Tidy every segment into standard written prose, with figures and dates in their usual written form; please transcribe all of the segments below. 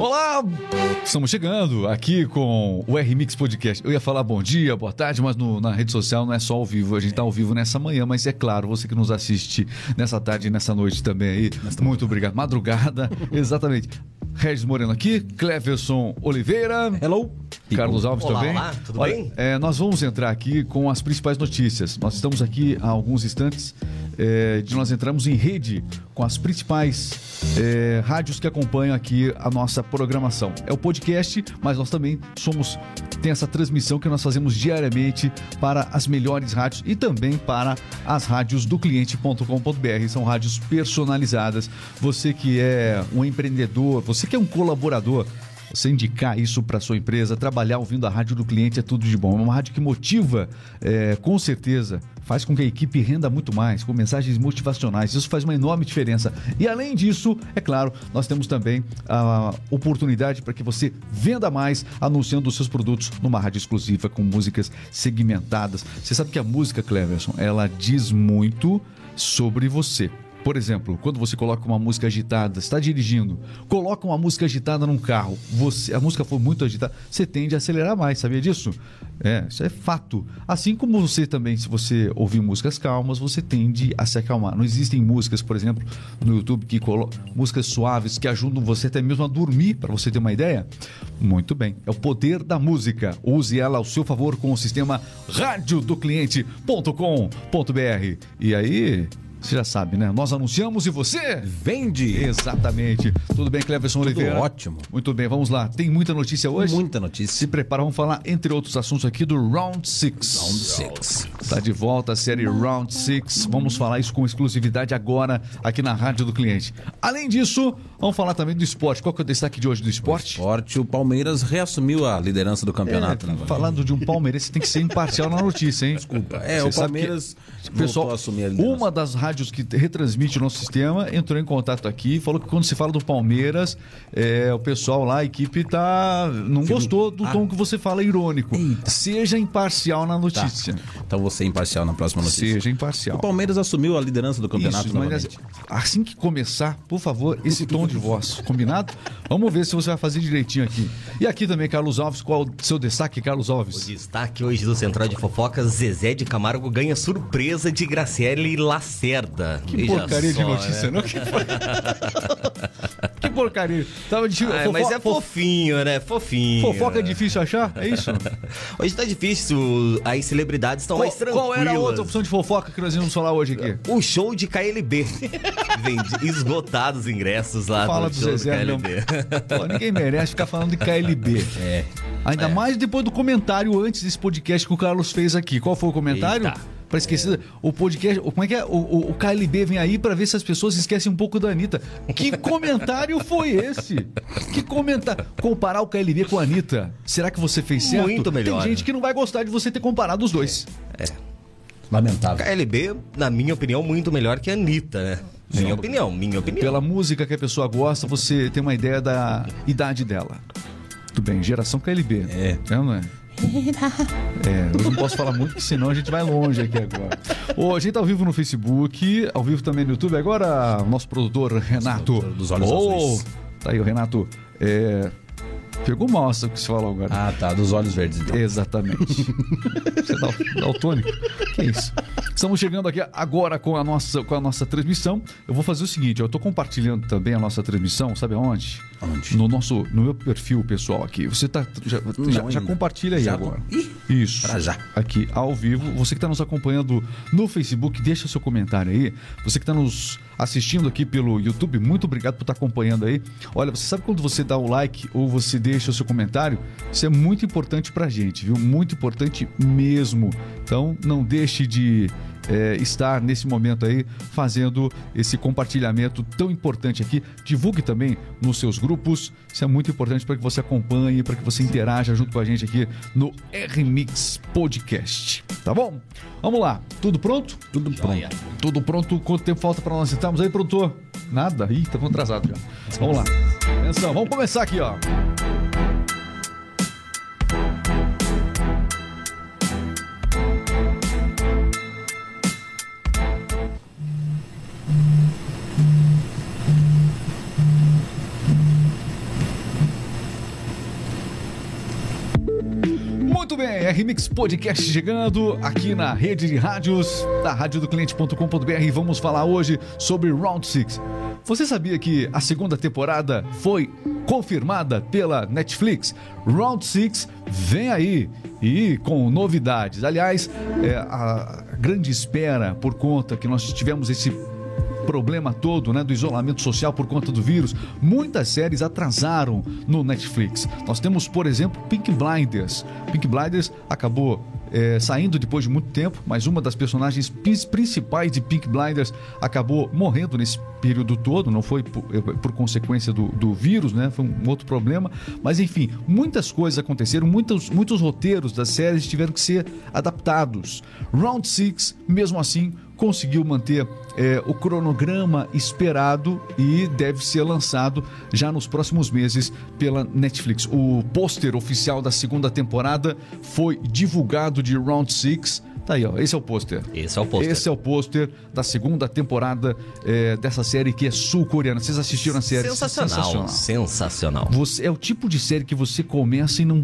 Olá! Estamos chegando aqui com o R-Mix Podcast. Eu ia falar bom dia, boa tarde, mas na rede social não é só ao vivo. A gente está ao vivo nessa manhã, mas é claro, você que nos assiste nessa tarde e nessa noite também aí, muito obrigado. Madrugada, exatamente. Regis Moreno aqui, Cleverson Oliveira. Hello. Carlos Alves também. Olá, tudo Olha, bem? Nós vamos entrar aqui com as principais notícias. Nós estamos aqui há alguns instantes de nós entramos em rede com as principais rádios que acompanham aqui a nossa programação. É o podcast, mas nós também tem essa transmissão que nós fazemos diariamente para as melhores rádios e também para as rádios do cliente.com.br. São rádios personalizadas. Você que é um empreendedor, você que é um colaborador, você indicar isso para sua empresa, trabalhar ouvindo a rádio do cliente é tudo de bom. É uma rádio que motiva, com certeza, faz com que a equipe renda muito mais, com mensagens motivacionais. Isso faz uma enorme diferença. E além disso, é claro, nós temos também a oportunidade para que você venda mais anunciando os seus produtos numa rádio exclusiva com músicas segmentadas. Você sabe que a música, Cleverson, ela diz muito sobre você. Por exemplo, quando você coloca uma música agitada, está dirigindo, coloca uma música agitada num carro, a música for muito agitada, você tende a acelerar mais, sabia disso? Isso é fato. Assim como você também, se você ouvir músicas calmas, você tende a se acalmar. Não existem músicas, por exemplo, no YouTube, que músicas suaves que ajudam você até mesmo a dormir, para você ter uma ideia? Muito bem, é o poder da música. Use ela ao seu favor com o sistema radiodocliente.com.br. E aí... você já sabe, né? Nós anunciamos e você vende. Exatamente. Tudo bem, Cleverson Oliveira? Tudo ótimo. Muito bem, vamos lá. Tem muita notícia hoje? Muita notícia. Se prepara, vamos falar, entre outros assuntos aqui, do Round 6. Round 6. Está de volta a série Round 6. Vamos falar isso com exclusividade agora aqui na Rádio do Cliente. Além disso, vamos falar também do esporte. Qual que é o destaque de hoje do esporte? O Palmeiras reassumiu a liderança do campeonato. Falando de um Palmeiras, você tem que ser imparcial na notícia, hein? Desculpa. O Palmeiras pessoal, voltou a assumir a liderança. Uma das rádios que retransmite o nosso sistema entrou em contato aqui e falou que quando se fala do Palmeiras, o pessoal lá, a equipe não gostou do tom que você fala irônico. Eita. Seja imparcial na notícia. Tá. Então vou ser imparcial na próxima notícia. Seja imparcial. O Palmeiras assumiu a liderança do campeonato novamente. Mas assim que começar, por favor, esse tom de voz, combinado? Vamos ver se você vai fazer direitinho aqui. E aqui também, Carlos Alves, qual o seu destaque, Carlos Alves? O destaque hoje do Central de Fofocas: Zezé de Camargo ganha surpresa de Graciele Lacerda. Que porcaria de notícia, né? Não? Que porcaria. Tava difícil. Mas é fofinho, né? Fofinho. Fofoca é difícil achar? É isso? Hoje tá difícil. As celebridades estão mais tranquilas. Qual era a outra opção de fofoca que nós íamos falar hoje aqui? O show de KLB. Esgotados os ingressos lá. Fala do do show Zezé, do KLB. Pô, ninguém merece ficar falando de KLB. Ainda mais depois do comentário antes desse podcast que o Carlos fez aqui. Qual foi o comentário? Eita. Pra esquecer o podcast, como é que é? O KLB vem aí pra ver se as pessoas esquecem um pouco da Anitta. Que comentário foi esse? Que comentário? Comparar o KLB com a Anitta, será que você fez certo? Muito melhor. Tem gente que não vai gostar de você ter comparado os dois. Lamentável. KLB, na minha opinião, muito melhor que a Anitta, né? Minha opinião. Pela música que a pessoa gosta, você tem uma ideia da idade dela. Tudo bem, geração KLB. Não é? Eu não posso falar muito, porque senão a gente vai longe aqui agora. A gente tá ao vivo no Facebook, ao vivo também no YouTube. Agora, o nosso produtor Renato. Dos olhos azuis. Tá aí o Renato. Pegou mal o que você falou agora. Ah, tá, dos olhos verdes então. Exatamente. Você é daltônico? Que isso? Estamos chegando aqui agora com a nossa transmissão. Eu vou fazer o seguinte, eu tô compartilhando também a nossa transmissão, sabe aonde? Onde? No meu perfil pessoal aqui. Você já compartilha aí agora. Isso. Pra já. Aqui, ao vivo. Você que está nos acompanhando no Facebook, deixa seu comentário aí. Você que está nos assistindo aqui pelo YouTube, muito obrigado por estar acompanhando aí. Olha, você sabe quando você dá o like ou você deixa o seu comentário? Isso é muito importante pra gente, viu? Muito importante mesmo. Então, não deixe de estar nesse momento aí fazendo esse compartilhamento tão importante aqui. Divulgue também nos seus grupos. Isso é muito importante para que você acompanhe, para que você interaja junto com a gente aqui no R-Mix Podcast. Tá bom? Vamos lá. Tudo pronto? Tudo pronto. Tudo pronto. Quanto tempo falta para nós entrarmos aí, produtor? Nada? Ih, estamos atrasados já. Vamos lá. Atenção, vamos começar aqui, ó. Muito bem, RMix Podcast chegando aqui na rede de rádios da radiodocliente.com.br. Vamos falar hoje sobre Round 6. Você sabia que a segunda temporada foi confirmada pela Netflix? Round 6 vem aí e com novidades. Aliás, a grande espera por conta que nós tivemos esse problema todo, né, do isolamento social por conta do vírus, muitas séries atrasaram no Netflix. Nós temos, por exemplo, Peaky Blinders. Peaky Blinders acabou saindo depois de muito tempo, mas uma das personagens principais de Peaky Blinders acabou morrendo nesse período todo. Não foi por consequência do vírus, né? Foi um outro problema, mas enfim, muitas coisas aconteceram, muitos roteiros das séries tiveram que ser adaptados. Round 6, mesmo assim, conseguiu manter o cronograma esperado e deve ser lançado já nos próximos meses pela Netflix. O pôster oficial da segunda temporada foi divulgado de Round 6. Tá aí, ó. Esse é o pôster. Esse é o pôster da segunda temporada dessa série que é sul-coreana. Vocês assistiram a série? Sensacional. É o tipo de série que você começa e não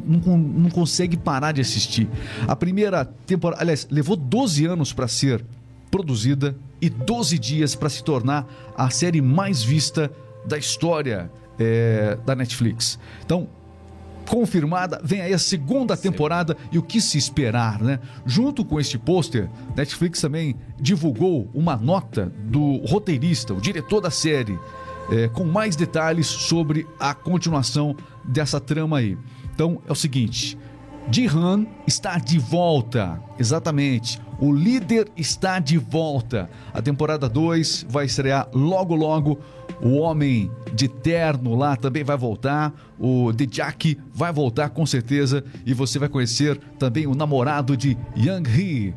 consegue parar de assistir. A primeira temporada, aliás, levou 12 anos para ser produzida e 12 dias para se tornar a série mais vista da história da Netflix. Então, confirmada, vem aí a segunda temporada e o que se esperar, né? Junto com este pôster, Netflix também divulgou uma nota do roteirista, o diretor da série, com mais detalhes sobre a continuação dessa trama aí. Então, é o seguinte: Ji-han está de volta, exatamente, o líder está de volta. A temporada 2 vai estrear logo logo. O homem de terno lá também vai voltar, o Jack vai voltar com certeza, e você vai conhecer também o namorado de Young-hee,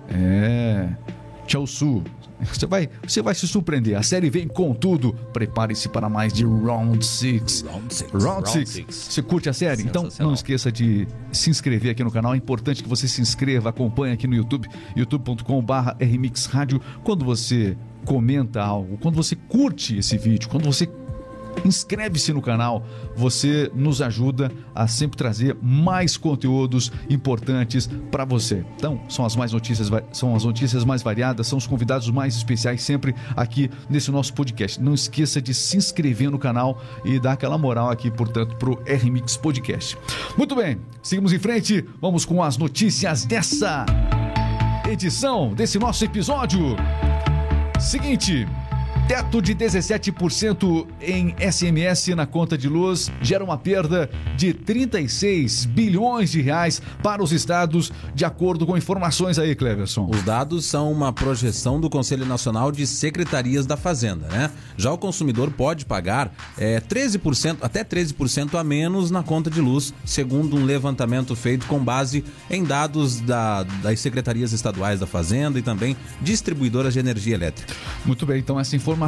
Chol-soo. Você vai se surpreender. A série vem com tudo. Prepare-se para mais de Round 6. Round 6. Você curte a série? Então não esqueça de se inscrever aqui no canal. É importante que você se inscreva, acompanhe aqui no YouTube, youtube.com/rmixradio. Quando você comenta algo, quando você curte esse vídeo, quando você inscreve-se no canal, você nos ajuda a sempre trazer mais conteúdos importantes para você. Então, são as notícias mais variadas, são os convidados mais especiais sempre aqui nesse nosso podcast. Não esqueça de se inscrever no canal e dar aquela moral aqui, portanto, pro RMix Podcast. Muito bem, seguimos em frente, vamos com as notícias dessa edição, desse nosso episódio. Seguinte: teto de 17% em SMS na conta de luz gera uma perda de 36 bilhões de reais para os estados, de acordo com informações aí, Cleverson. Os dados são uma projeção do Conselho Nacional de Secretarias da Fazenda, né? Já o consumidor pode pagar 13%, até 13% a menos na conta de luz, segundo um levantamento feito com base em dados das secretarias estaduais da Fazenda e também distribuidoras de energia elétrica. Muito bem, então essa informação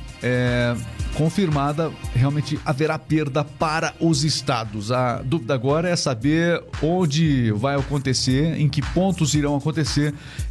confirmada, realmente haverá perda para os estados. A dúvida agora é saber onde vai acontecer, em que pontos irão acontecer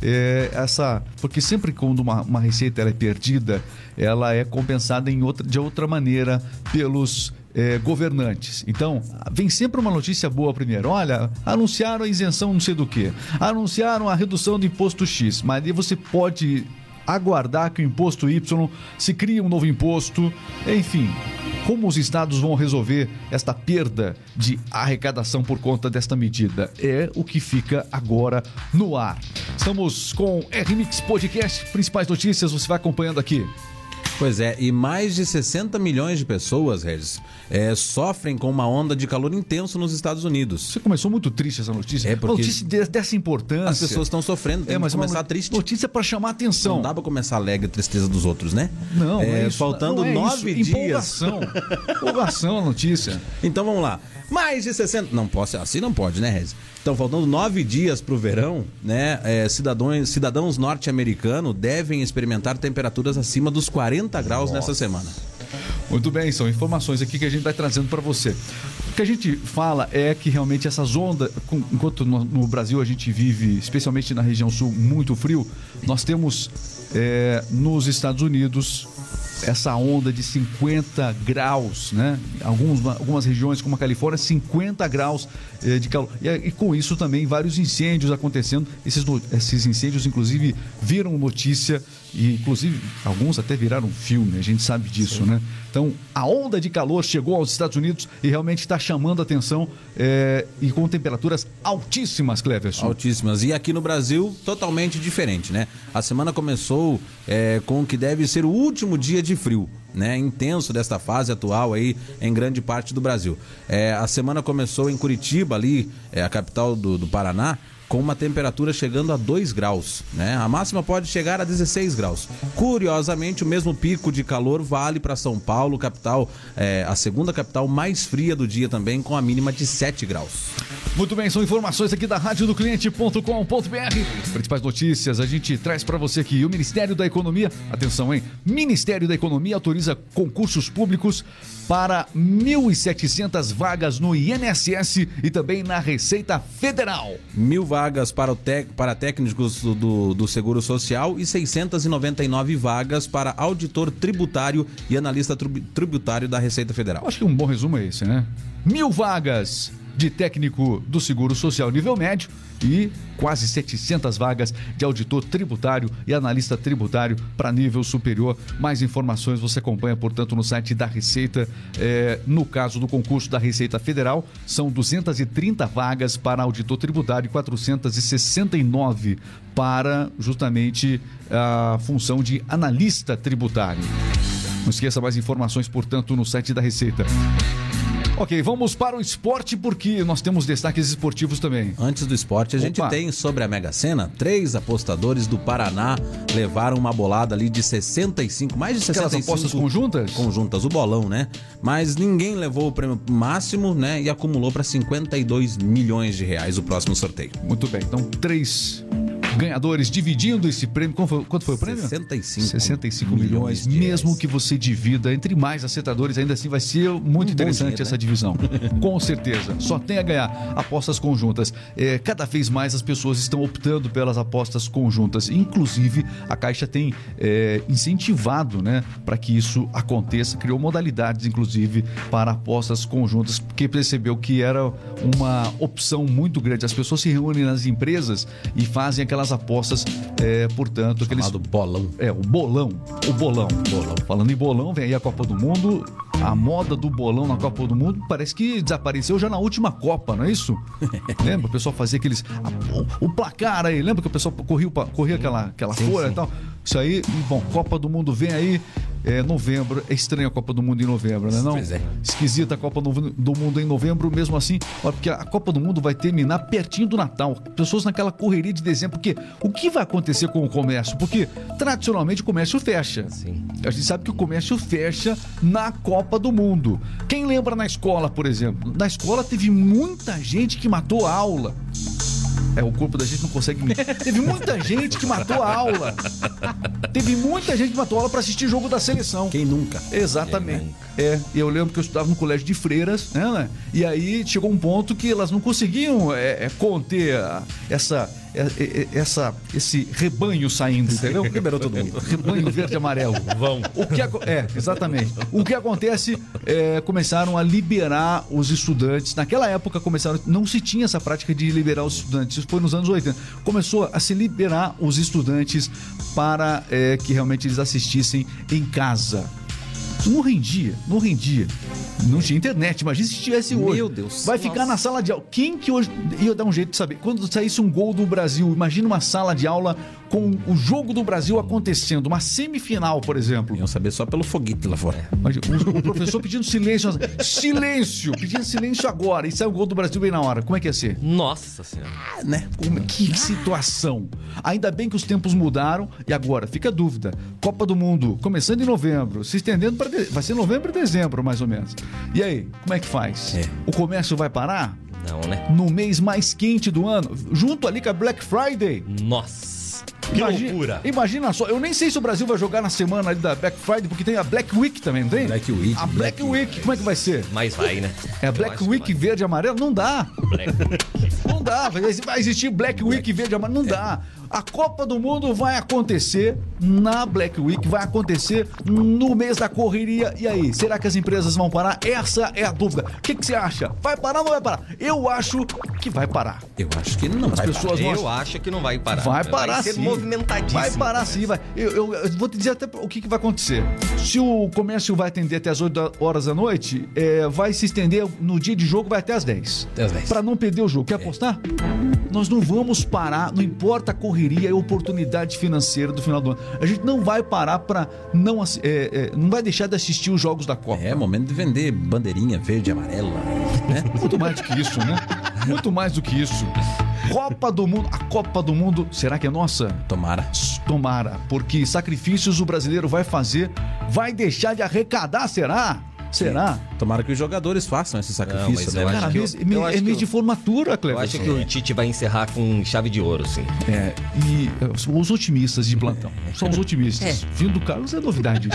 porque sempre quando uma receita ela é perdida, ela é compensada de outra maneira pelos governantes. Então, vem sempre uma notícia boa primeiro. Olha, anunciaram a isenção não sei do que, anunciaram a redução do imposto X, mas aí você pode aguardar que o imposto Y se crie um novo imposto. Enfim, como os estados vão resolver esta perda de arrecadação por conta desta medida? É o que fica agora no ar. Estamos com RMix Podcast, principais notícias, você vai acompanhando aqui. Pois é, e mais de 60 milhões de pessoas, Regis, sofrem com uma onda de calor intenso nos Estados Unidos. Você começou muito triste essa notícia. Porque uma notícia dessa importância. As pessoas estão sofrendo, tem que começar triste. Notícia para chamar atenção. Não dá para começar alegre a tristeza dos outros, né? Não, é isso. Faltando 9 dias. Empolgação a notícia. Então vamos lá. Mais de 60... Não posso, assim não pode, né, Regis? Então, faltando 9 dias para o verão, né? Cidadãos norte-americanos devem experimentar temperaturas acima dos 40 graus nessa semana. Muito bem, são informações aqui que a gente vai trazendo para você. O que a gente fala é que realmente essas ondas, enquanto no Brasil a gente vive, especialmente na região sul, muito frio, nós temos nos Estados Unidos essa onda de 50 graus, né? Algumas regiões como a Califórnia, 50 graus de calor. E com isso também vários incêndios acontecendo. Esses incêndios, inclusive, viram notícia e, inclusive, alguns até viraram filme, a gente sabe disso, Sim. né? Então, a onda de calor chegou aos Estados Unidos e realmente está chamando a atenção e com temperaturas altíssimas, Cleverson. Altíssimas. E aqui no Brasil, totalmente diferente, né? A semana começou com o que deve ser o último dia de frio, né? Intenso desta fase atual aí em grande parte do Brasil. A semana começou em Curitiba, ali, a capital do Paraná, com uma temperatura chegando a 2 graus, né? A máxima pode chegar a 16 graus. Curiosamente, o mesmo pico de calor vale para São Paulo, capital, a segunda capital mais fria do dia também, com a mínima de 7 graus. Muito bem, são informações aqui da radiodocliente.com.br. Principais notícias, a gente traz para você aqui. O Ministério da Economia, atenção, hein? Ministério da Economia autoriza concursos públicos para 1.700 vagas no INSS e também na Receita Federal. 1.000 vagas para técnicos do Seguro Social e 699 vagas para auditor tributário e analista tributário da Receita Federal. Acho que um bom resumo é esse, né? 1.000 vagas de técnico do Seguro Social nível médio e quase 700 vagas de auditor tributário e analista tributário para nível superior. Mais informações você acompanha, portanto, no site da Receita. No caso do concurso da Receita Federal, são 230 vagas para auditor tributário e 469 para justamente a função de analista tributário. Não esqueça mais informações, portanto, no site da Receita. Ok, vamos para o esporte, porque nós temos destaques esportivos também. Antes do esporte, a gente tem sobre a Mega Sena, 3 apostadores do Paraná levaram uma bolada ali de 65, mais de 65. Aquelas apostas conjuntas? Conjuntas, o bolão, né? Mas ninguém levou o prêmio máximo, né? E acumulou para 52 milhões de reais o próximo sorteio. Muito bem, então 3 ganhadores dividindo esse prêmio. Quanto foi o prêmio? 65 milhões. Mesmo que você divida entre mais acertadores, ainda assim vai ser muito interessante essa divisão. Com certeza. Só tem a ganhar. Apostas conjuntas. Cada vez mais as pessoas estão optando pelas apostas conjuntas. Inclusive, a Caixa tem incentivado, né, para que isso aconteça. Criou modalidades, inclusive, para apostas conjuntas, porque percebeu que era uma opção muito grande. As pessoas se reúnem nas empresas e fazem aquelas apostas, portanto... Chamado bolão. O bolão. Falando em bolão, vem aí a Copa do Mundo. A moda do bolão na Copa do Mundo parece que desapareceu já na última Copa, não é isso? Lembra? O pessoal fazia aqueles... O placar aí, lembra que o pessoal corria aquela folha e tal? Isso aí, bom, Copa do Mundo vem aí, novembro. É estranho a Copa do Mundo em novembro, né? Não? Pois é. Esquisita a Copa do Mundo em novembro, mesmo assim, porque a Copa do Mundo vai terminar pertinho do Natal. Pessoas naquela correria de dezembro, porque o que vai acontecer com o comércio? Porque tradicionalmente o comércio fecha. Sim. A gente sabe que o comércio fecha na Copa do Mundo. Quem lembra na escola, por exemplo? Na escola teve muita gente que matou a aula. O corpo da gente não consegue... Teve muita gente que matou a aula. Teve muita gente que matou a aula para assistir jogo da seleção. Quem nunca? Exatamente. Eu lembro que eu estudava no colégio de freiras, né? E aí chegou um ponto que elas não conseguiam conter esse rebanho saindo, entendeu? Liberou todo mundo. Rebanho verde e amarelo. Vão. Exatamente. O que acontece, começaram a liberar os estudantes. Naquela época não se tinha essa prática de liberar os estudantes. Isso foi nos anos 80. Começou a se liberar os estudantes para que realmente eles assistissem em casa. Não rendia. Não tinha internet, imagina se tivesse hoje. Meu Deus. Vai ficar na sala de aula. Quem que hoje ia dar um jeito de saber? Quando saísse um gol do Brasil, imagina uma sala de aula com o jogo do Brasil acontecendo, uma semifinal, por exemplo. Iam saber só pelo foguete lá fora. O professor pedindo silêncio. Pedindo silêncio agora. E sai o gol do Brasil bem na hora. Como é que ia ser? Nossa Senhora. Né? Que situação. Ainda bem que os tempos mudaram. E agora, fica a dúvida. Copa do Mundo, começando em novembro, se estendendo para... Vai ser novembro e dezembro, mais ou menos. E aí, como é que faz? O comércio vai parar? Não, né? No mês mais quente do ano, junto ali com a Black Friday. Nossa. Que loucura. Imagina só, eu nem sei se o Brasil vai jogar na semana ali da Black Friday, porque tem a Black Week também, não tem? Black Week. A Black Week, como é que vai ser? Mas vai, né? É a Black Week verde e amarelo? Não dá. Black Week. Não dá. Vai existir Black Week verde e amarelo? Não dá. A Copa do Mundo vai acontecer na Black Week, vai acontecer no mês da correria. E aí, será que as empresas vão parar? Essa é a dúvida. O que você acha? Vai parar ou não vai parar? Eu acho que vai parar. Eu acho que não vai parar. Eu acho que não vai parar. Vai parar, ser sim. Movimentadíssimo. Vai parar sim, vai. Eu vou te dizer até o que vai acontecer. Se o comércio vai atender até as 8 horas da noite, vai se estender no dia de jogo, vai até as 10. Até as 10. Pra não perder o jogo. Quer apostar? Nós não vamos parar, não importa a correria e a oportunidade financeira do final do ano. A gente não vai parar pra não vai deixar de assistir os jogos da Copa. É momento de vender bandeirinha verde e amarela, né? Muito mais do que isso, né? Muito mais do que isso. Copa do Mundo, a Copa do Mundo, será que é nossa? Tomara. Tomara, porque sacrifícios o brasileiro vai fazer, vai deixar de arrecadar, será? Será? Tomara que os jogadores façam esse sacrifício, Não, mas né? eu Cara, acho que é mês de formatura, Cleber. Eu acho que o Tite vai encerrar com chave de ouro, sim. E são os otimistas de plantão. São os otimistas. Vindo do Carlos é novidade.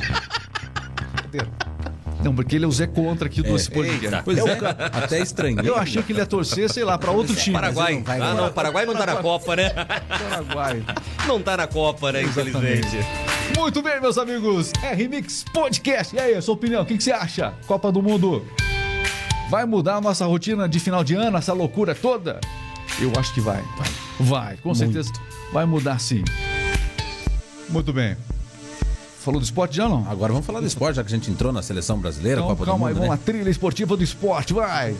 Não, porque ele é o Zé Contra aqui do podcast. Pois até estranho. Eu achei que ele ia torcer, sei lá, pra outro time. Paraguai. O Paraguai não tá na Copa, né? Paraguai. Não tá na Copa, né, infelizmente. Muito bem, meus amigos. R-Mix Podcast. E aí, a sua opinião? O que você acha? Copa do Mundo vai mudar a nossa rotina de final de ano, essa loucura toda? Eu acho que vai. Vai, com certeza. Vai mudar sim. Muito bem. Falou do esporte já, não? Agora vamos falar do esporte, já que a gente entrou na seleção brasileira, Então, Copa calma do aí, Mundo, vamos né? lá. Trilha esportiva do esporte, vai.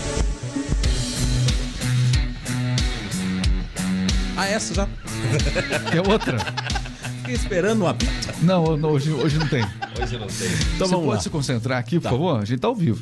Ah, essa já. É outra? Fiquei esperando uma pizza. Não, hoje não tem. Hoje não tem. Então Você vamos pode lá. se concentrar aqui, por favor? A gente tá ao vivo.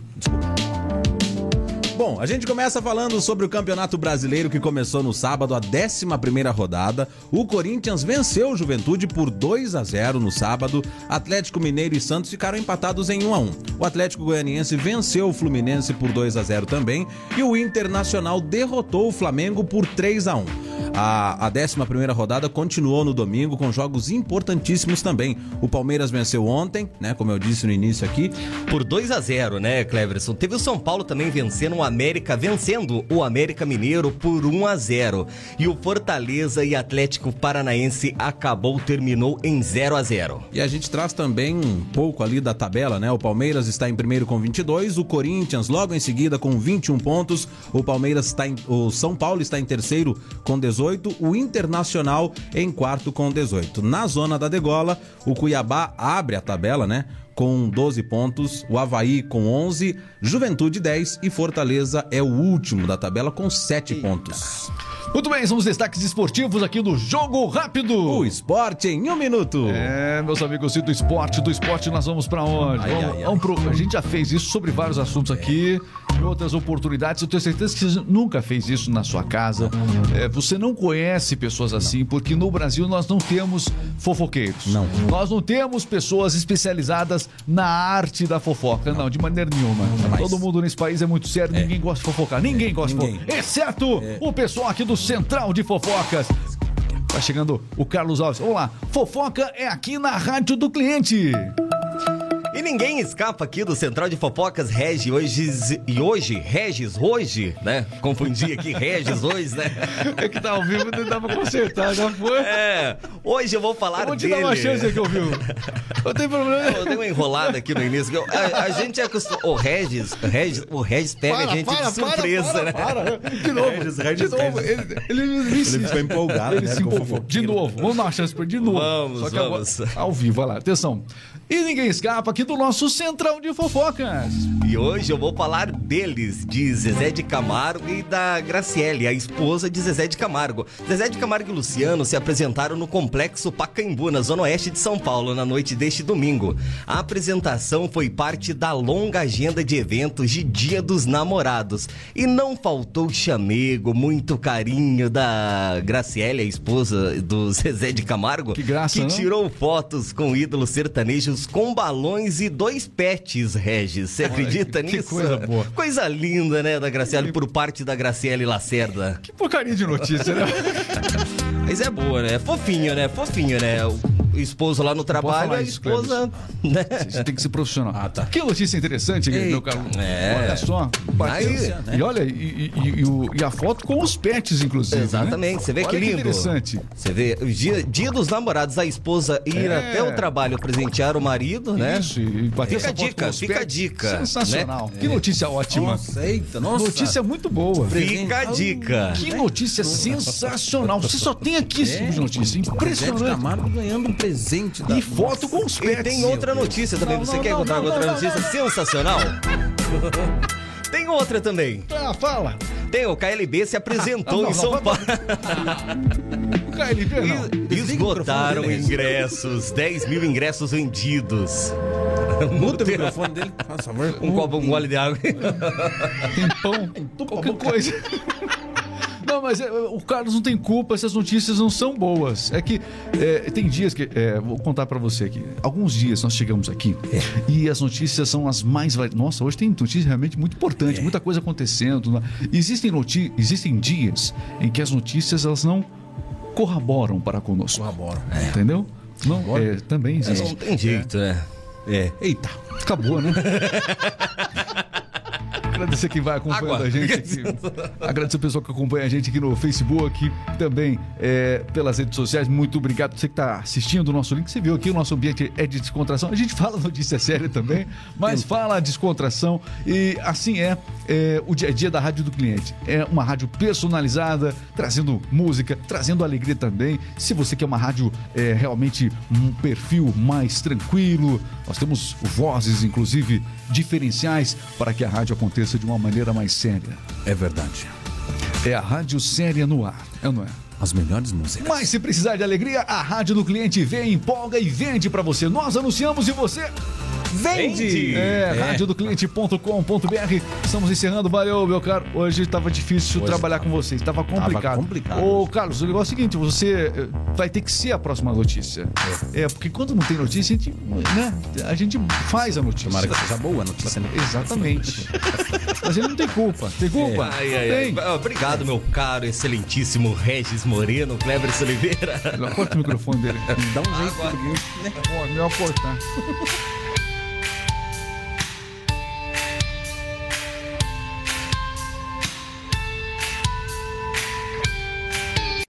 Bom, a gente começa falando sobre o Campeonato Brasileiro que começou no sábado, a 11ª rodada. O Corinthians venceu o Juventude por 2-0 no sábado. Atlético Mineiro e Santos ficaram empatados em 1-1. O Atlético Goianiense venceu o Fluminense por 2-0 também. E o Internacional derrotou o Flamengo por 3-1. A 11ª rodada continuou no domingo com jogos importantíssimos também. O Palmeiras venceu ontem, né? Como eu disse no início aqui. Por 2-0, né, Cleverson? Teve o São Paulo também vencendo o América Mineiro por 1-0. E o Fortaleza e Atlético Paranaense terminou em 0-0. E a gente traz também um pouco ali da tabela, né? O Palmeiras está em primeiro com 22, o Corinthians logo em seguida com 21 pontos, o São Paulo está em terceiro com 18, o Internacional em quarto com 18. Na zona da degola, o Cuiabá abre a tabela, né? Com 12 pontos, o Avaí com 11, Juventude 10 e Fortaleza é o último da tabela com 7 pontos. Muito bem, são os destaques esportivos aqui do Jogo Rápido. O esporte em 1 minuto. Meus amigos, e do esporte nós vamos pra onde? A gente já fez isso sobre vários assuntos aqui, em outras oportunidades. Eu tenho certeza que você nunca fez isso na sua casa. Você não conhece pessoas assim, porque no Brasil nós não temos fofoqueiros. Não. Nós não temos pessoas especializadas na arte da fofoca. Não, de maneira nenhuma. Todo mundo nesse país é muito sério, ninguém gosta de fofocar. Ninguém gosta de fofocar. Exceto o pessoal aqui do Central de Fofocas. Tá chegando o Carlos Alves. Vamos lá. Fofoca é aqui na Rádio do Cliente. E ninguém escapa aqui do Central de Fofocas, Regis hoje, né? Confundi aqui, Regis hoje, né? É que tá ao vivo, não dá pra consertar, já foi. Hoje eu vou falar dele. Vou te dar uma chance aqui, ouviu? Não tem problema. Eu dei uma enrolada aqui no início. A gente é acostumado. O Regis pega a gente de surpresa, né? De novo. Ele ficou empolgado, Ele né, se com empolgou. fofoca. De novo. Vamos dar uma chance pra ele de novo. Vamos. Só que agora, ao vivo, vai lá. Atenção. E ninguém escapa aqui do nosso Central de Fofocas. E hoje eu vou falar deles, de Zezé de Camargo e da Graciele, a esposa de Zezé de Camargo. Zezé de Camargo e Luciano se apresentaram no Complexo Pacaembu, na zona oeste de São Paulo, na noite deste domingo. A apresentação foi parte da longa agenda de eventos de Dia dos Namorados. E não faltou chamego, muito carinho da Graciele, a esposa do Zezé de Camargo, Que graça, que não? tirou fotos com ídolos sertanejos com balões e 2 pets, Regis. Você acredita que nisso? coisa boa. Coisa linda, né, da Graciele, por parte da Graciele Lacerda. Que porcaria de notícia, né? Mas é boa, né? Fofinho, né? esposo lá no trabalho, falar a isso, esposa... Né? Você tem que ser profissional. Ah, tá. Que notícia interessante, meu caro. Olha só. Aí, E olha, e a foto com os pets, inclusive. Exatamente, né? você vê Olha que lindo. Interessante. Você vê, o dia dos namorados, a esposa ir até o trabalho presentear o marido, né? Isso, e bater essa foto com os Fica a pets. dica. Sensacional. Né? Que notícia ótima. Nossa, eita, nossa. Notícia muito boa. Fica a dica. Que notícia sensacional. Você só tem aqui esse tipo de notícia. Zezé de Impressionante. Camargo ganhando um presente da... E foto com os E pets. tem outra notícia também. Você quer contar outra notícia sensacional? Tem outra também. Ah, fala. Tem, o KLB se apresentou em São Paulo. O KLB não. Esgotaram ingressos, 10 mil ingressos vendidos. Muda o microfone dele, por favor. Um copo, um gole de água. Tem pão, qualquer coisa. Não, mas o Carlos não tem culpa, essas notícias não são boas. É que tem dias que... vou contar pra você aqui. Alguns dias nós chegamos aqui e as notícias são as mais... Nossa, hoje tem notícia realmente muito importante, muita coisa acontecendo. Existem dias em que as notícias elas não corroboram para conosco. Corroboram. Entendeu? Não, também existe. Não tem jeito, né? Eita, acabou, né? Agradecer quem vai acompanhando a gente aqui. Agradecer o pessoal que acompanha a gente aqui no Facebook, também pelas redes sociais. Muito obrigado. Você que está assistindo o nosso link. Você viu aqui, o nosso ambiente é de descontração. A gente fala notícia séria também, mas fala descontração. E assim o dia a dia da Rádio do Cliente. É uma rádio personalizada, trazendo música, trazendo alegria também. Se você quer uma rádio realmente um perfil mais tranquilo, nós temos vozes, inclusive, diferenciais para que a rádio aconteça de uma maneira mais séria. É verdade. É a Rádio Séria no ar, é ou não é? As melhores músicas. Mas se precisar de alegria, a Rádio do Cliente vem, empolga e vende para você. Nós anunciamos e você... Vende! radiodocliente.com.br. Estamos encerrando. Valeu, meu caro. Hoje estava difícil trabalhar com vocês. Estava complicado. Ô, Carlos, o negócio é o seguinte: você vai ter que ser a próxima notícia. Porque quando não tem notícia, a gente faz a notícia. Tomara que seja boa a notícia, né? Exatamente. Mas ele não tem culpa. Tem culpa? Tem. Obrigado, meu caro, excelentíssimo Regis Moreno, Kleber Oliveira. Corta o microfone dele. Dá um jeito. Melhor cortar.